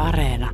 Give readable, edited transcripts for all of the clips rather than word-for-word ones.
Areena.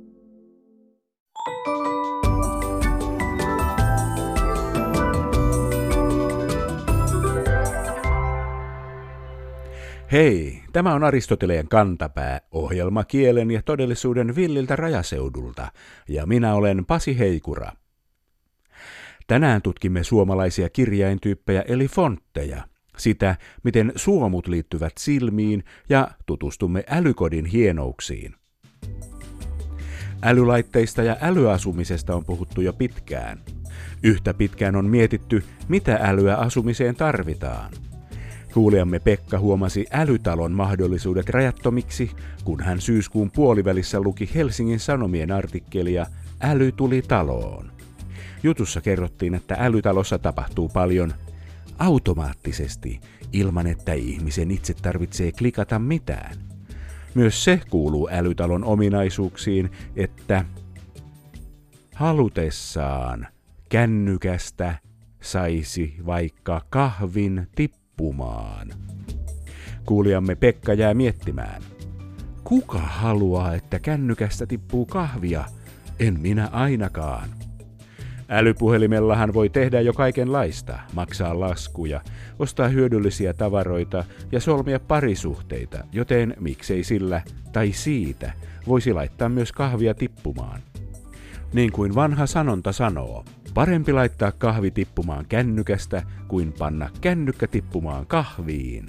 Hei, tämä on Aristoteleen kantapää, ohjelma kielen ja todellisuuden villiltä rajaseudulta, ja minä olen Pasi Heikura. Tänään tutkimme suomalaisia kirjaintyyppejä eli fontteja, sitä, miten suomut liittyvät silmiin ja tutustumme älykodin hienouksiin. Älylaitteista ja älyasumisesta on puhuttu jo pitkään. Yhtä pitkään on mietitty, mitä älyä asumiseen tarvitaan. Kuulijamme Pekka huomasi älytalon mahdollisuudet rajattomiksi, kun hän syyskuun puolivälissä luki Helsingin Sanomien artikkelia Äly tuli taloon. Jutussa kerrottiin, että älytalossa tapahtuu paljon automaattisesti, ilman että ihmisen itse tarvitsee klikata mitään. Myös se kuuluu älytalon ominaisuuksiin, että halutessaan kännykästä saisi vaikka kahvin tippumaan. Kuulijamme Pekka jää miettimään. Kuka haluaa, että kännykästä tippuu kahvia? En minä ainakaan. Älypuhelimellahan voi tehdä jo kaikenlaista, maksaa laskuja, ostaa hyödyllisiä tavaroita ja solmia parisuhteita, joten miksei sillä tai siitä voisi laittaa myös kahvia tippumaan. Niin kuin vanha sanonta sanoo, parempi laittaa kahvi tippumaan kännykästä kuin panna kännykkä tippumaan kahviin.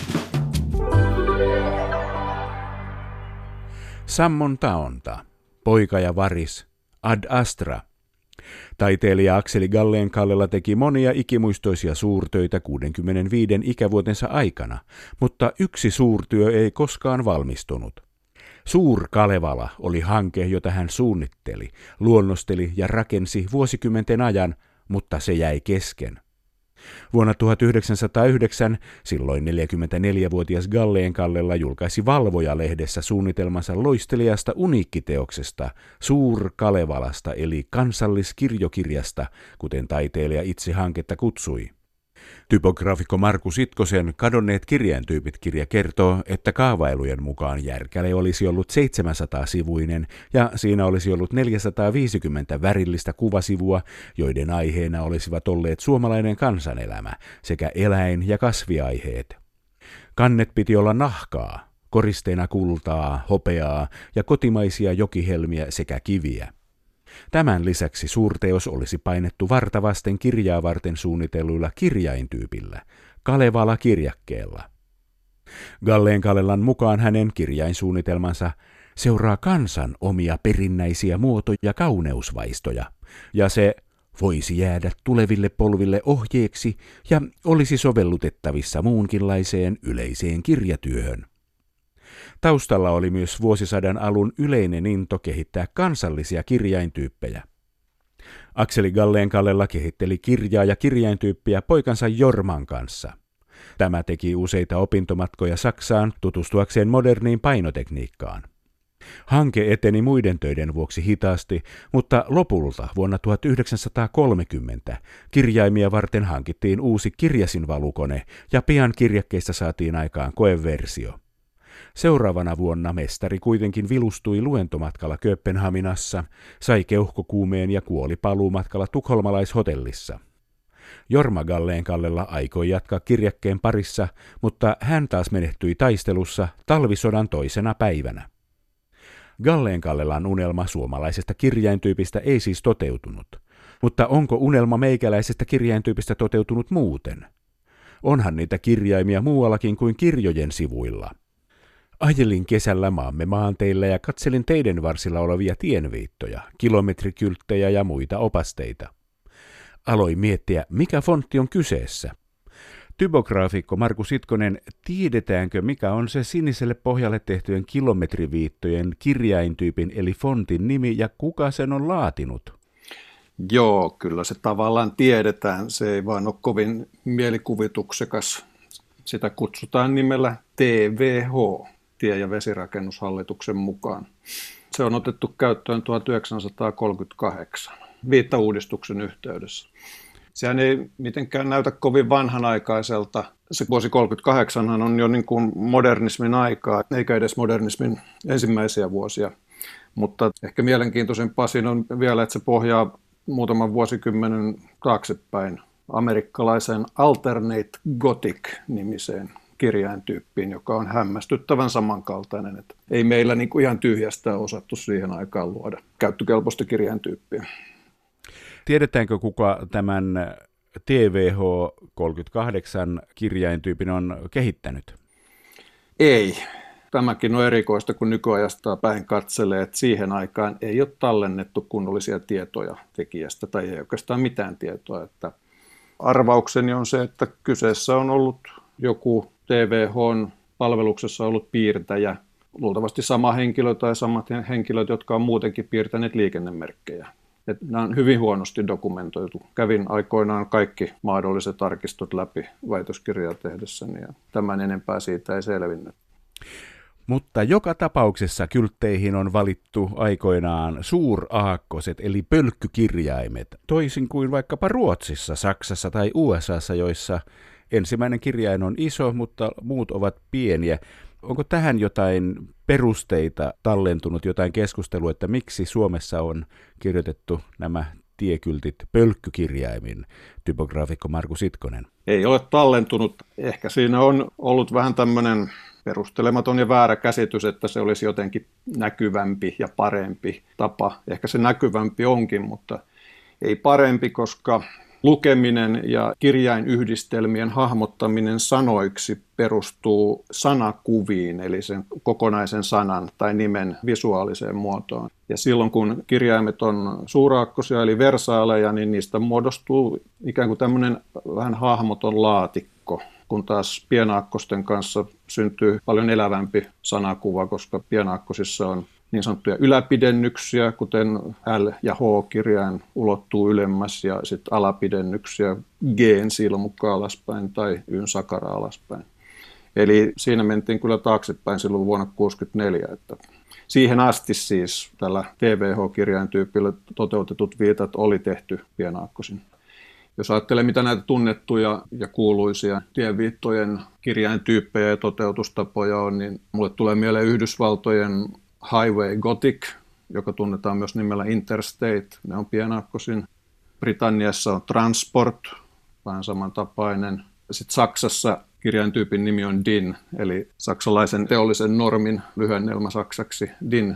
Sammon taonta, poika ja varis, ad astra. Taiteilija Akseli Gallen-Kallella teki monia ikimuistoisia suurtöitä 65 ikävuotensa aikana, mutta yksi suurtyö ei koskaan valmistunut. Suur Kalevala oli hanke, jota hän suunnitteli, luonnosteli ja rakensi vuosikymmenten ajan, mutta se jäi kesken. Vuonna 1909 silloin 44-vuotias Gallen-Kallella julkaisi Valvoja-lehdessä suunnitelmansa loistelijasta uniikkiteoksesta, Suur Kalevalasta eli kansalliskirjokirjasta, kuten taiteilija itse hanketta kutsui. Typograafikko Markus Itkosen Kadonneet kirjaintyypit -kirja kertoo, että kaavailujen mukaan järkäle olisi ollut 700-sivuinen ja siinä olisi ollut 450 värillistä kuvasivua, joiden aiheena olisivat olleet suomalainen kansanelämä sekä eläin- ja kasviaiheet. Kannet piti olla nahkaa, koristeena kultaa, hopeaa ja kotimaisia jokihelmiä sekä kiviä. Tämän lisäksi suurteos olisi painettu varta vasten kirjaa varten suunnitelluilla kirjaintyypillä, Kalevala-kirjakkeella. Gallen-Kallelan mukaan hänen kirjainsuunnitelmansa seuraa kansan omia perinnäisiä muoto- ja kauneusvaistoja, ja se voisi jäädä tuleville polville ohjeeksi ja olisi sovellutettavissa muunkinlaiseen yleiseen kirjatyöhön. Taustalla oli myös vuosisadan alun yleinen into kehittää kansallisia kirjaintyyppejä. Akseli Gallen-Kallela kehitteli kirjaa ja kirjaintyyppiä poikansa Jorman kanssa. Tämä teki useita opintomatkoja Saksaan tutustuakseen moderniin painotekniikkaan. Hanke eteni muiden töiden vuoksi hitaasti, mutta lopulta vuonna 1930 kirjaimia varten hankittiin uusi kirjasinvalukone ja pian kirjakkeista saatiin aikaan koeversio. Seuraavana vuonna mestari kuitenkin vilustui luentomatkalla Kööpenhaminassa, sai keuhkokuumeen ja kuoli paluumatkalla tukholmalaishotellissa. Jorma Gallen-Kallela aikoi jatkaa kirjakkeen parissa, mutta hän taas menehtyi taistelussa talvisodan toisena päivänä. Gallen-Kallelan unelma suomalaisesta kirjaintyypistä ei siis toteutunut, mutta onko unelma meikäläisestä kirjaintyypistä toteutunut muuten? Onhan niitä kirjaimia muuallakin kuin kirjojen sivuilla. Ajelin kesällä maamme maanteillä ja katselin teiden varsilla olevia tienviittoja, kilometrikylttejä ja muita opasteita. Aloin miettiä, mikä fontti on kyseessä. Typograafikko Markus Itkonen, tiedetäänkö mikä on se siniselle pohjalle tehtyjen kilometriviittojen kirjaintyypin eli fontin nimi ja kuka sen on laatinut? Joo, kyllä se tavallaan tiedetään. Se ei vaan ole kovin mielikuvituksekas. Sitä kutsutaan nimellä TVH, tie- ja vesirakennushallituksen mukaan. Se on otettu käyttöön 1938 viittauudistuksen yhteydessä. Sehän ei mitenkään näytä kovin vanhanaikaiselta. Se vuosi 1938 on jo niin kuin modernismin aikaa, eikä edes modernismin ensimmäisiä vuosia. Mutta ehkä mielenkiintoisempaa siinä on vielä, että se pohjaa muutaman vuosikymmenen taaksepäin amerikkalaisen Alternate Gothic-nimiseen kirjaintyyppiin, joka on hämmästyttävän samankaltainen. Että ei meillä niin kuin ihan tyhjästä osattu siihen aikaan luoda käyttökelpoista kirjaintyyppiä. Tiedetäänkö, kuka tämän TVH38 kirjaintyypin on kehittänyt? Ei. Tämäkin on erikoista, kun nykyajasta päin katselee, että siihen aikaan ei ole tallennettu kunnollisia tietoja tekijästä tai ei oikeastaan mitään tietoa. Että arvaukseni on se, että kyseessä on ollut joku TVH:n palveluksessa ollut piirtäjä, luultavasti sama henkilö tai samat henkilöt, jotka on muutenkin piirtäneet liikennemerkkejä. Että nämä on hyvin huonosti dokumentoitu. Kävin aikoinaan kaikki mahdolliset arkistot läpi väitöskirjaa tehdessäni ja tämän enempää siitä ei selvinnyt. Mutta joka tapauksessa kyltteihin on valittu aikoinaan suuraakkoset eli pölkkykirjaimet, toisin kuin vaikkapa Ruotsissa, Saksassa tai USAssa, joissa ensimmäinen kirjain on iso, mutta muut ovat pieniä. Onko tähän jotain perusteita tallentunut, jotain keskustelua, että miksi Suomessa on kirjoitettu nämä tiekyltit pölkkykirjaimin, typograafikko Markus Itkonen? Ei ole tallentunut. Ehkä siinä on ollut vähän tämmöinen perustelematon ja väärä käsitys, että se olisi jotenkin näkyvämpi ja parempi tapa. Ehkä se näkyvämpi onkin, mutta ei parempi, koska lukeminen ja kirjainyhdistelmien hahmottaminen sanoiksi perustuu sanakuviin, eli sen kokonaisen sanan tai nimen visuaaliseen muotoon. Ja silloin kun kirjaimet on suuraakkosia eli versaaleja, niin niistä muodostuu ikään kuin tämmöinen vähän hahmoton laatikko, kun taas pienaakkosten kanssa syntyy paljon elävämpi sanakuva, koska pienaakkosissa on niin sanottuja yläpidennyksiä, kuten L- ja H-kirjain ulottuu ylemmäs, ja sitten alapidennyksiä G:n silmukka alaspäin tai Yn sakara alaspäin. Eli siinä mentiin kyllä taaksepäin silloin vuonna 1964. Että siihen asti siis tällä TVH-kirjaintyypillä toteutetut viitat oli tehty pienaakkosin. Jos ajattelee, mitä näitä tunnettuja ja kuuluisia tieviittojen kirjaintyyppejä ja toteutustapoja on, niin mulle tulee mieleen Yhdysvaltojen Highway Gothic, joka tunnetaan myös nimellä Interstate, ne on pienaakkosin. Britanniassa on Transport, vähän samantapainen. Sitten Saksassa kirjaintyypin nimi on DIN, eli saksalaisen teollisen normin lyhennelmä saksaksi DIN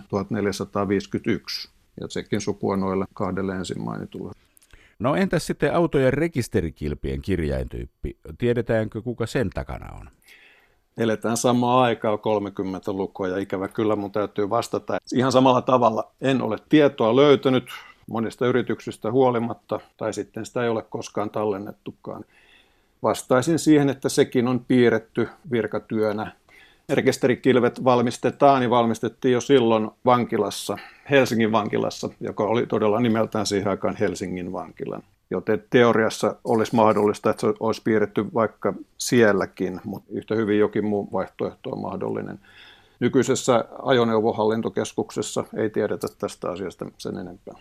1451, ja sekin sukua noille kahdelle ensin mainitulle. No entäs sitten autojen rekisterikilpien kirjaintyyppi? Tiedetäänkö, kuka sen takana on? Eletään samaa aikaa 30-lukua ja ikävä kyllä mun täytyy vastata. Ihan samalla tavalla en ole tietoa löytänyt monista yrityksistä huolimatta, tai sitten sitä ei ole koskaan tallennettukaan. Vastaisin siihen, että sekin on piirretty virkatyönä. Rekisterikilvet valmistetaan ja valmistettiin jo silloin vankilassa, Helsingin vankilassa, joka oli todella nimeltään siihen aikaan Helsingin vankilan. Joten teoriassa olisi mahdollista, että se olisi piirretty vaikka sielläkin, mutta yhtä hyvin jokin muu vaihtoehto on mahdollinen. Nykyisessä ajoneuvohallintokeskuksessa ei tiedetä tästä asiasta sen enempää.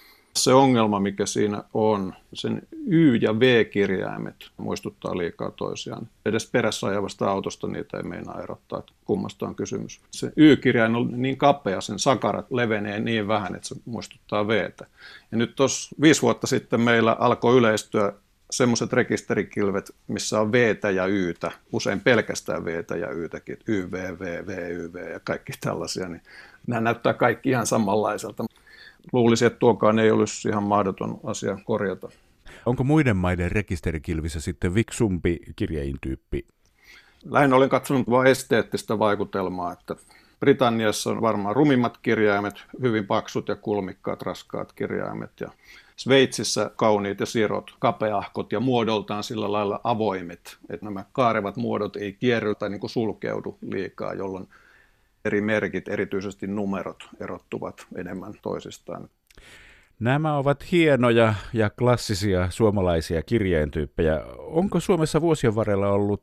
Se ongelma, mikä siinä on, sen Y- ja V-kirjaimet muistuttaa liikaa toisiaan. Edes perässä ajavasta autosta niitä ei meinaa erottaa, että kummasta on kysymys. Se Y-kirjain on niin kapea, sen sakarat levenee niin vähän, että se muistuttaa V-tä. Ja nyt tuossa 5 vuotta sitten meillä alkoi yleistyä semmoiset rekisterikilvet, missä on V:tä ja Y:tä, usein pelkästään V:tä ja Y:täkin, YV, V, VYV ja kaikki tällaisia, niin nämä näyttää kaikki ihan samanlaiselta. Luulisin, että tuokaan ei olisi ihan mahdoton asia korjata. Onko muiden maiden rekisterikilvissä sitten viksumpi kirjaintyyppi? Lähinnä olen katsonut vain esteettistä vaikutelmaa, että Britanniassa on varmaan rumimmat kirjaimet, hyvin paksut ja kulmikkaat, raskaat kirjaimet, ja Sveitsissä kauniit ja sirot, kapeahkot ja muodoltaan sillä lailla avoimet, että nämä kaarevat muodot ei kierry tai niin kuin sulkeudu liikaa, jolloin eri merkit, erityisesti numerot, erottuvat enemmän toisistaan. Nämä ovat hienoja ja klassisia suomalaisia kirjaintyyppejä. Onko Suomessa vuosien varrella ollut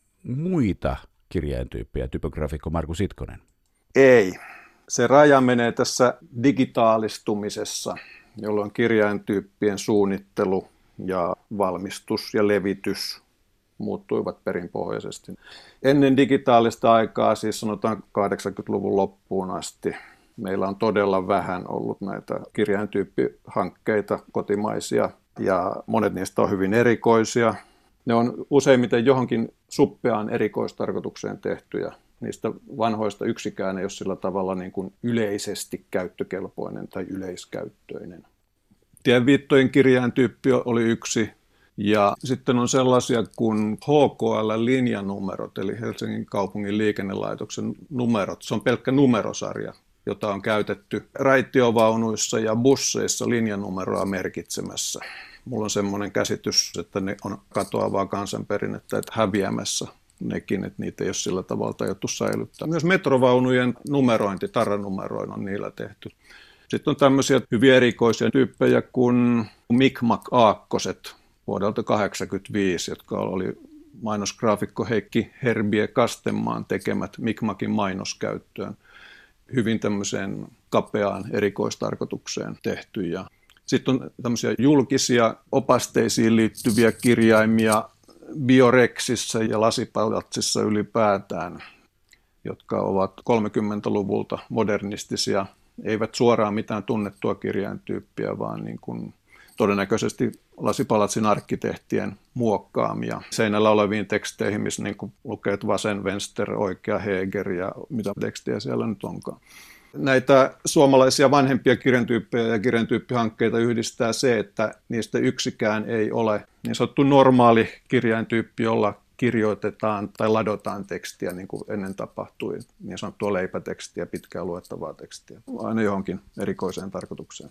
muita kirjaintyyppejä, typograafikko Markus Itkonen? Ei. Se raja menee tässä digitaalistumisessa, jolloin kirjaintyyppien suunnittelu ja valmistus ja levitys muuttuivat perinpohjaisesti. Ennen digitaalista aikaa, siis sanotaan 80-luvun loppuun asti, Meillä on todella vähän ollut näitä kirjaintyyppihankkeita kotimaisia ja monet niistä on hyvin erikoisia. Ne on useimmiten johonkin suppeaan erikoistarkoitukseen tehtyjä. Niistä vanhoista yksikään ei ole sillä tavalla niin kuin yleisesti käyttökelpoinen tai yleiskäyttöinen. Tienviittojen kirjaintyyppi oli yksi. Ja sitten on sellaisia kuin HKL-linjanumerot, eli Helsingin kaupungin liikennelaitoksen numerot. Se on pelkkä numerosarja, jota on käytetty raitiovaunuissa ja busseissa linjanumeroa merkitsemässä. Mulla on semmoinen käsitys, että ne on katoavaa kansanperinnettä, että häviämässä nekin, että niitä ei ole sillä tavalla tajuttu säilyttää. Myös metrovaunujen numerointi, tarranumeroin on niillä tehty. Sitten on tämmöisiä hyvin erikoisia tyyppejä kuin Micmac-aakkoset vuodelta 1985, jotka oli mainosgraafikko Heikki Herbie Kastenmaan tekemät Micmacin mainoskäyttöön. Hyvin tämmöiseen kapeaan erikoistarkoitukseen tehty. Sitten on tämmöisiä julkisia opasteisiin liittyviä kirjaimia Biorexissa ja Lasipalatsissa ylipäätään, jotka ovat 30-luvulta modernistisia, eivät suoraan mitään tunnettua kirjaintyyppiä, vaan niin kuin todennäköisesti Lasipalatsin arkkitehtien muokkaamia seinällä oleviin teksteihin, missä niin kuin lukee vasen, vänster, oikea, Heger ja mitä tekstiä siellä nyt onkaan. Näitä suomalaisia vanhempia kirjantyyppejä ja kirjantyyppihankkeita yhdistää se, että niistä yksikään ei ole niin sanottu normaali kirjaintyyppi, jolla kirjoitetaan tai ladotaan tekstiä niin kuin ennen tapahtui, niin sanottua leipätekstiä, pitkää luettavaa tekstiä, aina johonkin erikoiseen tarkoitukseen.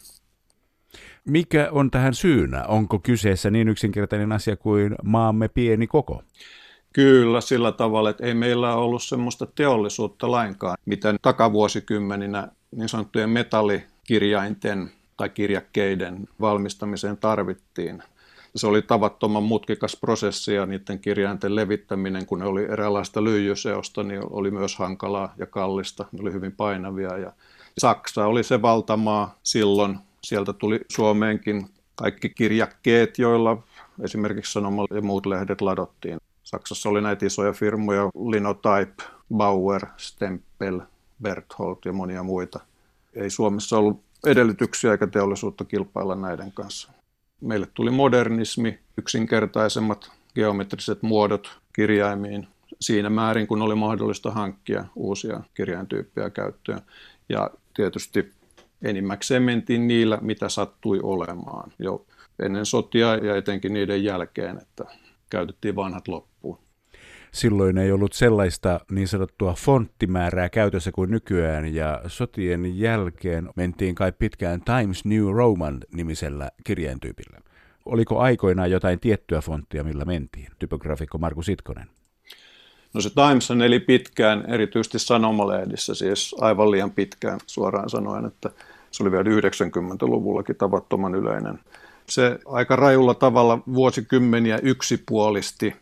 Mikä on tähän syynä? Onko kyseessä niin yksinkertainen asia kuin maamme pieni koko? Kyllä, sillä tavalla, että ei meillä ollut semmoista teollisuutta lainkaan, mitä takavuosikymmeninä niin sanottujen metallikirjainten tai kirjakkeiden valmistamiseen tarvittiin. Se oli tavattoman mutkikas prosessi ja niiden kirjainten levittäminen, kun ne oli eräänlaista lyijyseosta, niin oli myös hankalaa ja kallista. Ne oli hyvin painavia ja Saksa oli se valtamaa silloin. Sieltä tuli Suomeenkin kaikki kirjakkeet, joilla esimerkiksi Sanoma ja muut lehdet ladottiin. Saksassa oli näitä isoja firmoja, Linotype, Bauer, Stempel, Berthold ja monia muita. Ei Suomessa ollut edellytyksiä eikä teollisuutta kilpailla näiden kanssa. Meille tuli modernismi, yksinkertaisemmat geometriset muodot kirjaimiin siinä määrin, kun oli mahdollista hankkia uusia kirjaintyyppejä käyttöön. Ja tietysti enimmäkseen mentiin niillä, mitä sattui olemaan jo ennen sotia ja etenkin niiden jälkeen, että käytettiin vanhat loppuun. Silloin ei ollut sellaista niin sanottua fonttimäärää käytössä kuin nykyään, ja sotien jälkeen mentiin kai pitkään Times New Roman-nimisellä kirjaintyypillä. Oliko aikoinaan jotain tiettyä fonttia, millä mentiin? Typografikko Markus Itkonen. No se Times eli pitkään, erityisesti sanomalehdissä, siis aivan liian pitkään suoraan sanoen, että se oli vielä 90-luvullakin tavattoman yleinen. Se aika rajulla tavalla vuosikymmeniä yksipuolisti,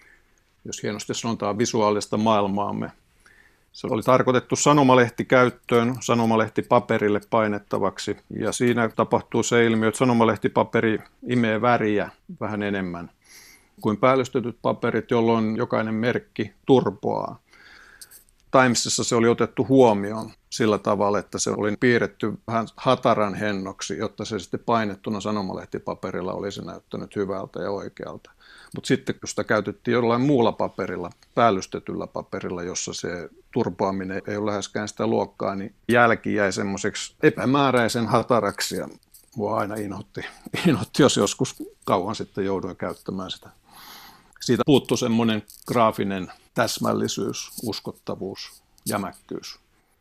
jos hienosti sanotaan, visuaalista maailmaamme. Se oli tarkoitettu sanomalehtikäyttöön, sanomalehtipaperille painettavaksi, ja siinä tapahtuu se ilmiö, että sanomalehtipaperi imee väriä vähän enemmän kuin päällystetyt paperit, jolloin jokainen merkki turpoaa. Timesissa se oli otettu huomioon sillä tavalla, että se oli piirretty vähän hataran hennoksi, jotta se sitten painettuna sanomalehtipaperilla olisi näyttänyt hyvältä ja oikealta. Mutta sitten kun sitä käytettiin jollain muulla paperilla, päällystetyllä paperilla, jossa se turpoaminen ei ole läheskään sitä luokkaa, niin jälki jäi semmoiseksi epämääräisen hataraksi ja mua aina inhotti, jos joskus kauan sitten jouduin käyttämään sitä. Siitä puuttui semmoinen graafinen täsmällisyys, uskottavuus, jämäkkyys.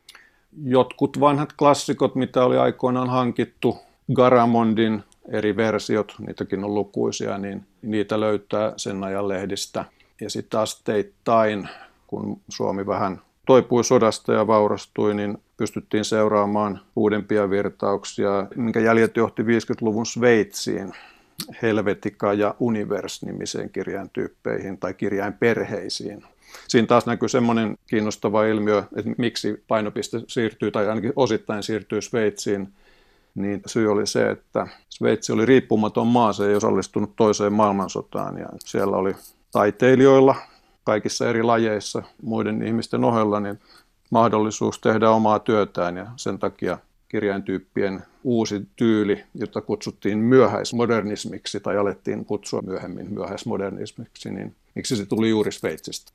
Jotkut vanhat klassikot, mitä oli aikoinaan hankittu, Garamondin eri versiot, niitäkin on lukuisia, niin niitä löytää sen ajan lehdistä. Ja sitten asteittain, kun Suomi vähän toipui sodasta ja vaurastui, niin pystyttiin seuraamaan uudempia virtauksia, minkä jäljet johti 50-luvun Sveitsiin. Helvetica ja Univers-nimiseen kirjaintyyppeihin tai kirjainperheisiin. Siinä taas näkyy semmoinen kiinnostava ilmiö, että miksi painopiste siirtyy tai ainakin osittain siirtyy Sveitsiin. Niin syy oli se, että Sveitsi oli riippumaton maa, se ei osallistunut toiseen maailmansotaan ja siellä oli taiteilijoilla kaikissa eri lajeissa muiden ihmisten ohella niin mahdollisuus tehdä omaa työtään ja sen takia kirjaintyyppien uusi tyyli, jota kutsuttiin myöhäismodernismiksi tai alettiin kutsua myöhemmin myöhäismodernismiksi, niin miksi se tuli juuri Sveitsistä?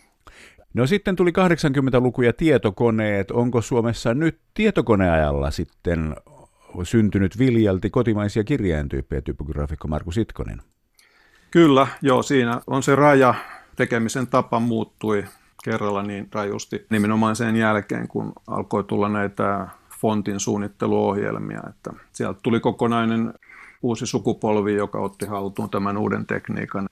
No sitten tuli 80-luku ja tietokoneet. Onko Suomessa nyt tietokoneajalla sitten syntynyt viljalti kotimaisia kirjaintyyppejä, typograafikko Markus Itkonen? Kyllä, joo, siinä on se raja. Tekemisen tapa muuttui kerralla niin rajusti nimenomaan sen jälkeen, kun alkoi tulla näitä fontin suunnitteluohjelmia. Että sieltä tuli kokonainen uusi sukupolvi, joka otti haltuun tämän uuden tekniikan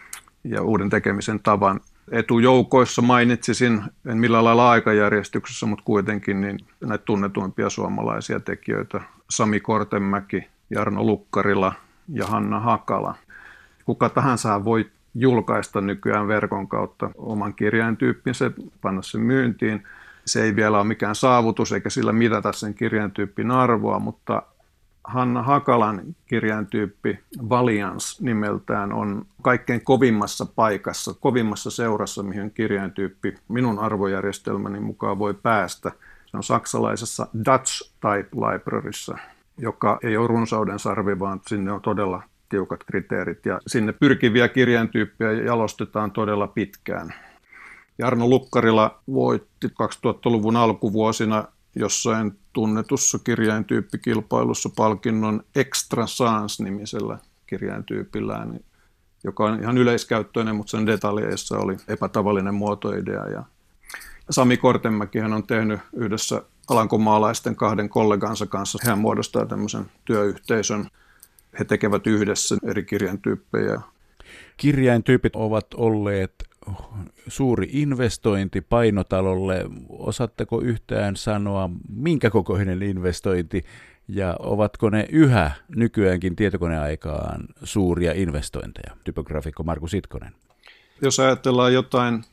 ja uuden tekemisen tavan. Etujoukoissa mainitsisin, en millään lailla aikajärjestyksessä, mutta kuitenkin niin näitä tunnetuimpia suomalaisia tekijöitä. Sami Kortemäki, Jarno Lukkarila ja Hanna Hakala. Kuka tahansa voi julkaista nykyään verkon kautta oman kirjaintyyppinsä, panna sen myyntiin. Se ei vielä ole mikään saavutus eikä sillä mitata sen kirjaintyyppin arvoa, mutta Hanna Hakalan kirjaintyyppi Valiance nimeltään on kaikkein kovimmassa paikassa, kovimmassa seurassa, mihin kirjaintyyppi minun arvojärjestelmäni mukaan voi päästä. Se on saksalaisessa Dutch Type Libraryssa, joka ei ole runsauden sarvi, vaan sinne on todella tiukat kriteerit ja sinne pyrkiviä kirjaintyyppejä jalostetaan todella pitkään. Jarno Lukkarila voitti 2000-luvun alkuvuosina jossain tunnetussa kirjaintyyppikilpailussa palkinnon Extra Sans-nimisellä kirjaintyypillään, joka on ihan yleiskäyttöinen, mutta sen detaljeissa oli epätavallinen muotoidea. Ja Sami Kortemäkihän on tehnyt yhdessä alankomaalaisten 2 kollegansa kanssa. Hän muodostaa tämmöisen työyhteisön. He tekevät yhdessä eri kirjaintyyppejä. Kirjaintyypit ovat olleet suuri investointi painotalolle. Osaatteko yhtään sanoa, minkä kokoinen investointi, ja ovatko ne yhä nykyäänkin tietokoneaikaan suuria investointeja? Typograafikko Markus Itkonen. Jos ajatellaan jotain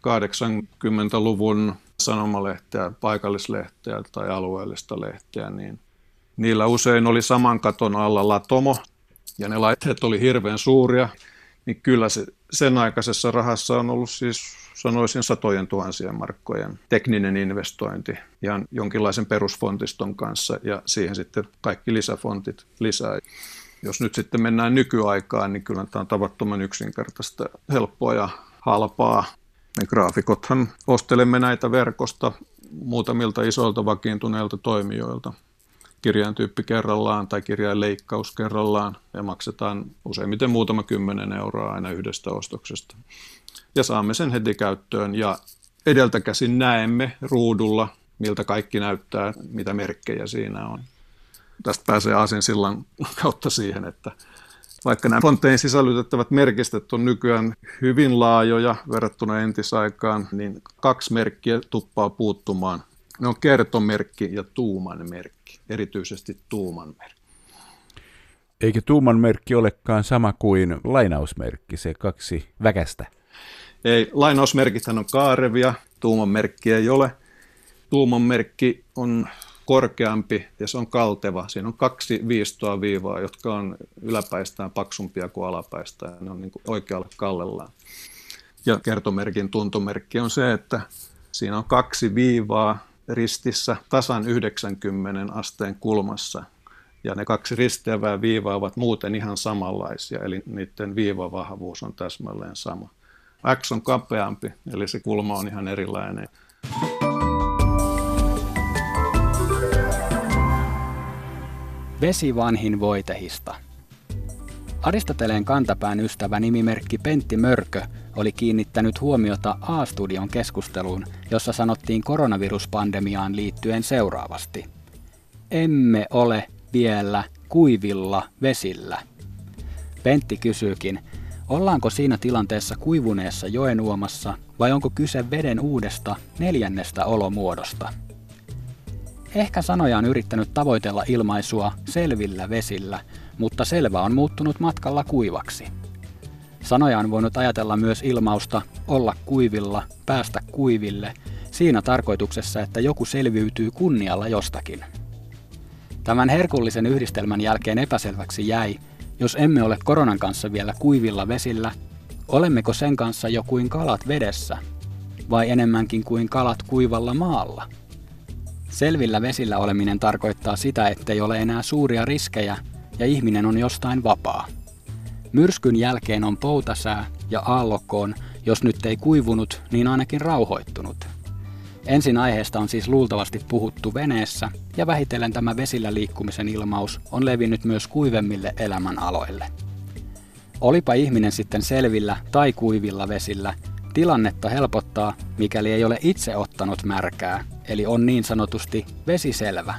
80-luvun sanomalehteä, paikallislehteä tai alueellista lehteä, niin niillä usein oli saman katon alla latomo, ja ne laitteet oli hirveän suuria. Niin kyllä se sen aikaisessa rahassa on ollut siis, sanoisin, satojen tuhansien markkojen tekninen investointi ihan jonkinlaisen perusfontiston kanssa ja siihen sitten kaikki lisäfontit lisää. Jos nyt sitten mennään nykyaikaan, niin kyllä tämä on tavattoman yksinkertaista, helppoa ja halpaa. Me graafikothan ostelemme näitä verkosta muutamilta isoilta vakiintuneilta toimijoilta. Kirjaintyyppi kerrallaan tai kirjainleikkaus kerrallaan ja maksetaan useimmiten muutama 10 euroa aina yhdestä ostoksesta. Ja saamme sen heti käyttöön ja edeltä käsin näemme ruudulla, miltä kaikki näyttää, mitä merkkejä siinä on. Tästä pääsee aasinsillan kautta siihen, että vaikka nämä fontteihin sisällytettävät merkistöt on nykyään hyvin laajoja verrattuna entisaikaan, niin 2 merkkiä tuppaa puuttumaan. Ne on kertomerkki ja tuuman merkki, erityisesti tuuman merkki. Eikä tuuman merkki olekaan sama kuin lainausmerkki, se 2 väkästä? Ei, lainausmerkithän on kaarevia, tuuman merkki ei ole. Tuuman merkki on korkeampi ja se on kalteva. Siinä on 2 viistoa viivaa, jotka on yläpäistään paksumpia kuin alapäistään. Ne on niin kuin oikealle kallellaan. Ja kertomerkin tuntomerkki on se, että siinä on 2 viivaa ristissä tasan 90 asteen kulmassa. Ja ne 2 risteävää viivaa ovat muuten ihan samanlaisia, eli niiden viivavahvuus on täsmälleen sama. X on kapeampi, eli se kulma on ihan erilainen. Vesi vanhin voitehista. Aristoteleen kantapään ystävä nimimerkki Pentti Mörkö oli kiinnittänyt huomiota A-studion keskusteluun, jossa sanottiin koronaviruspandemiaan liittyen seuraavasti. Emme ole vielä kuivilla vesillä. Pentti kysyykin, ollaanko siinä tilanteessa kuivuneessa joenuomassa vai onko kyse veden uudesta 4. olomuodosta? Ehkä sanoja on yrittänyt tavoitella ilmaisua selvillä vesillä, mutta selvä on muuttunut matkalla kuivaksi. Sanoja on voinut ajatella myös ilmausta olla kuivilla, päästä kuiville, siinä tarkoituksessa, että joku selviytyy kunnialla jostakin. Tämän herkullisen yhdistelmän jälkeen epäselväksi jäi, jos emme ole koronan kanssa vielä kuivilla vesillä, olemmeko sen kanssa jo kuin kalat vedessä? vai enemmänkin kuin kalat kuivalla maalla? Selvillä vesillä oleminen tarkoittaa sitä, ettei ole enää suuria riskejä ja ihminen on jostain vapaa. Myrskyn jälkeen on poutasää ja aallokko on, jos nyt ei kuivunut, niin ainakin rauhoittunut. Ensin aiheesta on siis luultavasti puhuttu veneessä ja vähitellen tämä vesillä liikkumisen ilmaus on levinnyt myös kuivemmille elämänaloille. Olipa ihminen sitten selvillä tai kuivilla vesillä, tilannetta helpottaa, mikäli ei ole itse ottanut märkää, eli on niin sanotusti vesiselvä.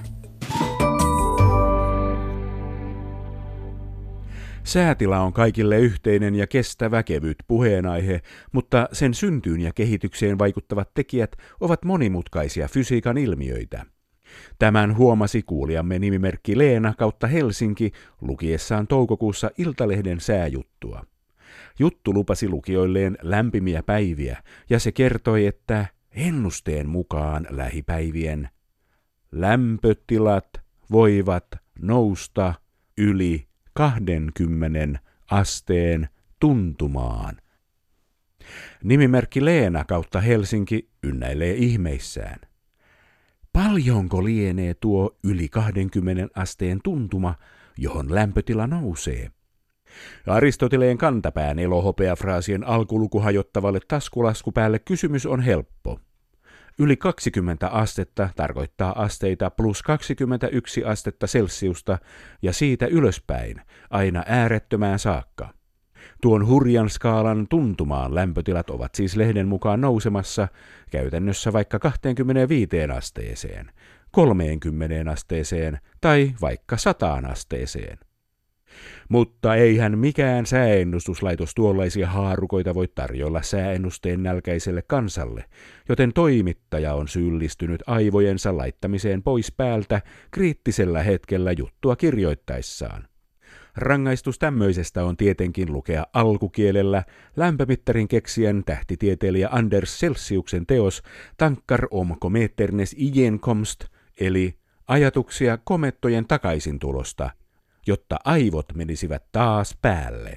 Säätila on kaikille yhteinen ja kestävä kevyt puheenaihe, mutta sen syntyyn ja kehitykseen vaikuttavat tekijät ovat monimutkaisia fysiikan ilmiöitä. Tämän huomasi kuulijamme nimimerkki Leena kautta Helsinki lukiessaan toukokuussa Iltalehden sääjuttua. Juttu lupasi lukijoilleen lämpimiä päiviä ja se kertoi, että ennusteen mukaan lähipäivien lämpötilat voivat nousta yli 20 asteen tuntumaan. Nimimerkki Leena kautta Helsinki ynnäilee ihmeissään. Paljonko lienee tuo yli 20 asteen tuntuma, johon lämpötila nousee? Aristoteleen kantapään elohopeafraasien alkuluku hajottavalle taskulaskupäälle kysymys on helppo. Yli 20 astetta tarkoittaa asteita plus 21 astetta Celsiusta ja siitä ylöspäin, aina äärettömään saakka. Tuon hurjan skaalan tuntumaan lämpötilat ovat siis lehden mukaan nousemassa käytännössä vaikka 25 asteeseen, 30 asteeseen tai vaikka 100 asteeseen. Mutta eihän mikään sääennustuslaitos tuollaisia haarukoita voi tarjolla sääennusteen nälkäiselle kansalle, joten toimittaja on syyllistynyt aivojensa laittamiseen pois päältä kriittisellä hetkellä juttua kirjoittaessaan. Rangaistus tämmöisestä on tietenkin lukea alkukielellä lämpömittarin keksijän tähtitieteilijä Anders Celsiuksen teos Tankar om kometernes igenkomst, eli ajatuksia komettojen takaisintulosta, jotta aivot menisivät taas päälle.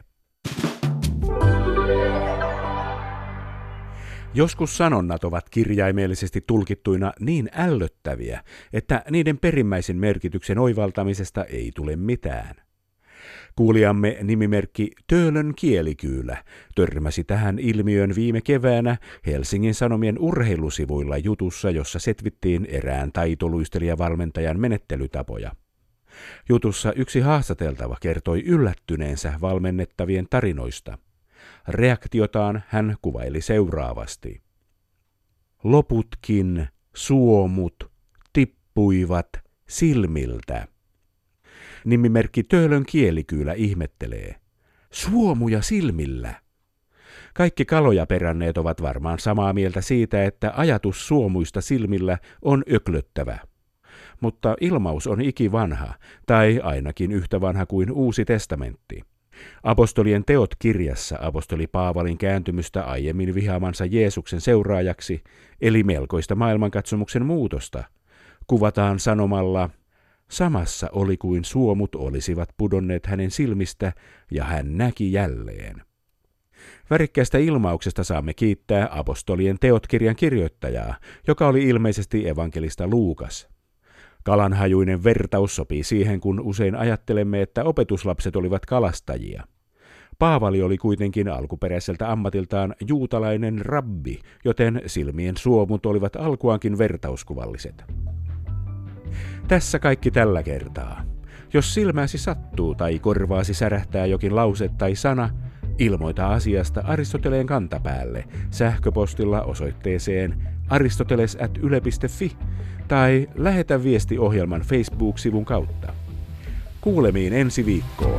Joskus sanonnat ovat kirjaimellisesti tulkittuina niin ällöttäviä, että niiden perimmäisen merkityksen oivaltamisesta ei tule mitään. Kuulijamme nimimerkki Töölön kielikyylä törmäsi tähän ilmiön viime keväänä Helsingin Sanomien urheilusivuilla jutussa, jossa setvittiin erään taitoluistelijavalmentajan menettelytapoja. Jutussa yksi haastateltava kertoi yllättyneensä valmennettavien tarinoista. Reaktiotaan hän kuvaili seuraavasti. Loputkin suomut tippuivat silmiltä. Nimimerkki Töölön kielikyylä ihmettelee. Suomuja silmillä. Kaikki kaloja peränneet ovat varmaan samaa mieltä siitä, että ajatus suomuista silmillä on öklöttävä. Mutta ilmaus on ikivanha, tai ainakin yhtä vanha kuin Uusi testamentti. Apostolien teot -kirjassa apostoli Paavalin kääntymystä aiemmin vihaamansa Jeesuksen seuraajaksi, eli melkoista maailmankatsomuksen muutosta, kuvataan sanomalla: samassa oli kuin suomut olisivat pudonneet hänen silmistä, ja hän näki jälleen. Värikkäästä ilmauksesta saamme kiittää apostolien teot -kirjan kirjoittajaa, joka oli ilmeisesti evankelista Luukas. Kalanhajuinen vertaus sopii siihen, kun usein ajattelemme, että opetuslapset olivat kalastajia. Paavali oli kuitenkin alkuperäiseltä ammatiltaan juutalainen rabbi, joten silmien suomut olivat alkuankin vertauskuvalliset. Tässä kaikki tällä kertaa. Jos silmäsi sattuu tai korvaasi särähtää jokin lause tai sana, ilmoita asiasta Aristoteleen kantapäälle sähköpostilla osoitteeseen aristoteles@yle.fi tai lähetä viesti ohjelman Facebook-sivun kautta. Kuulemiin ensi viikkoon.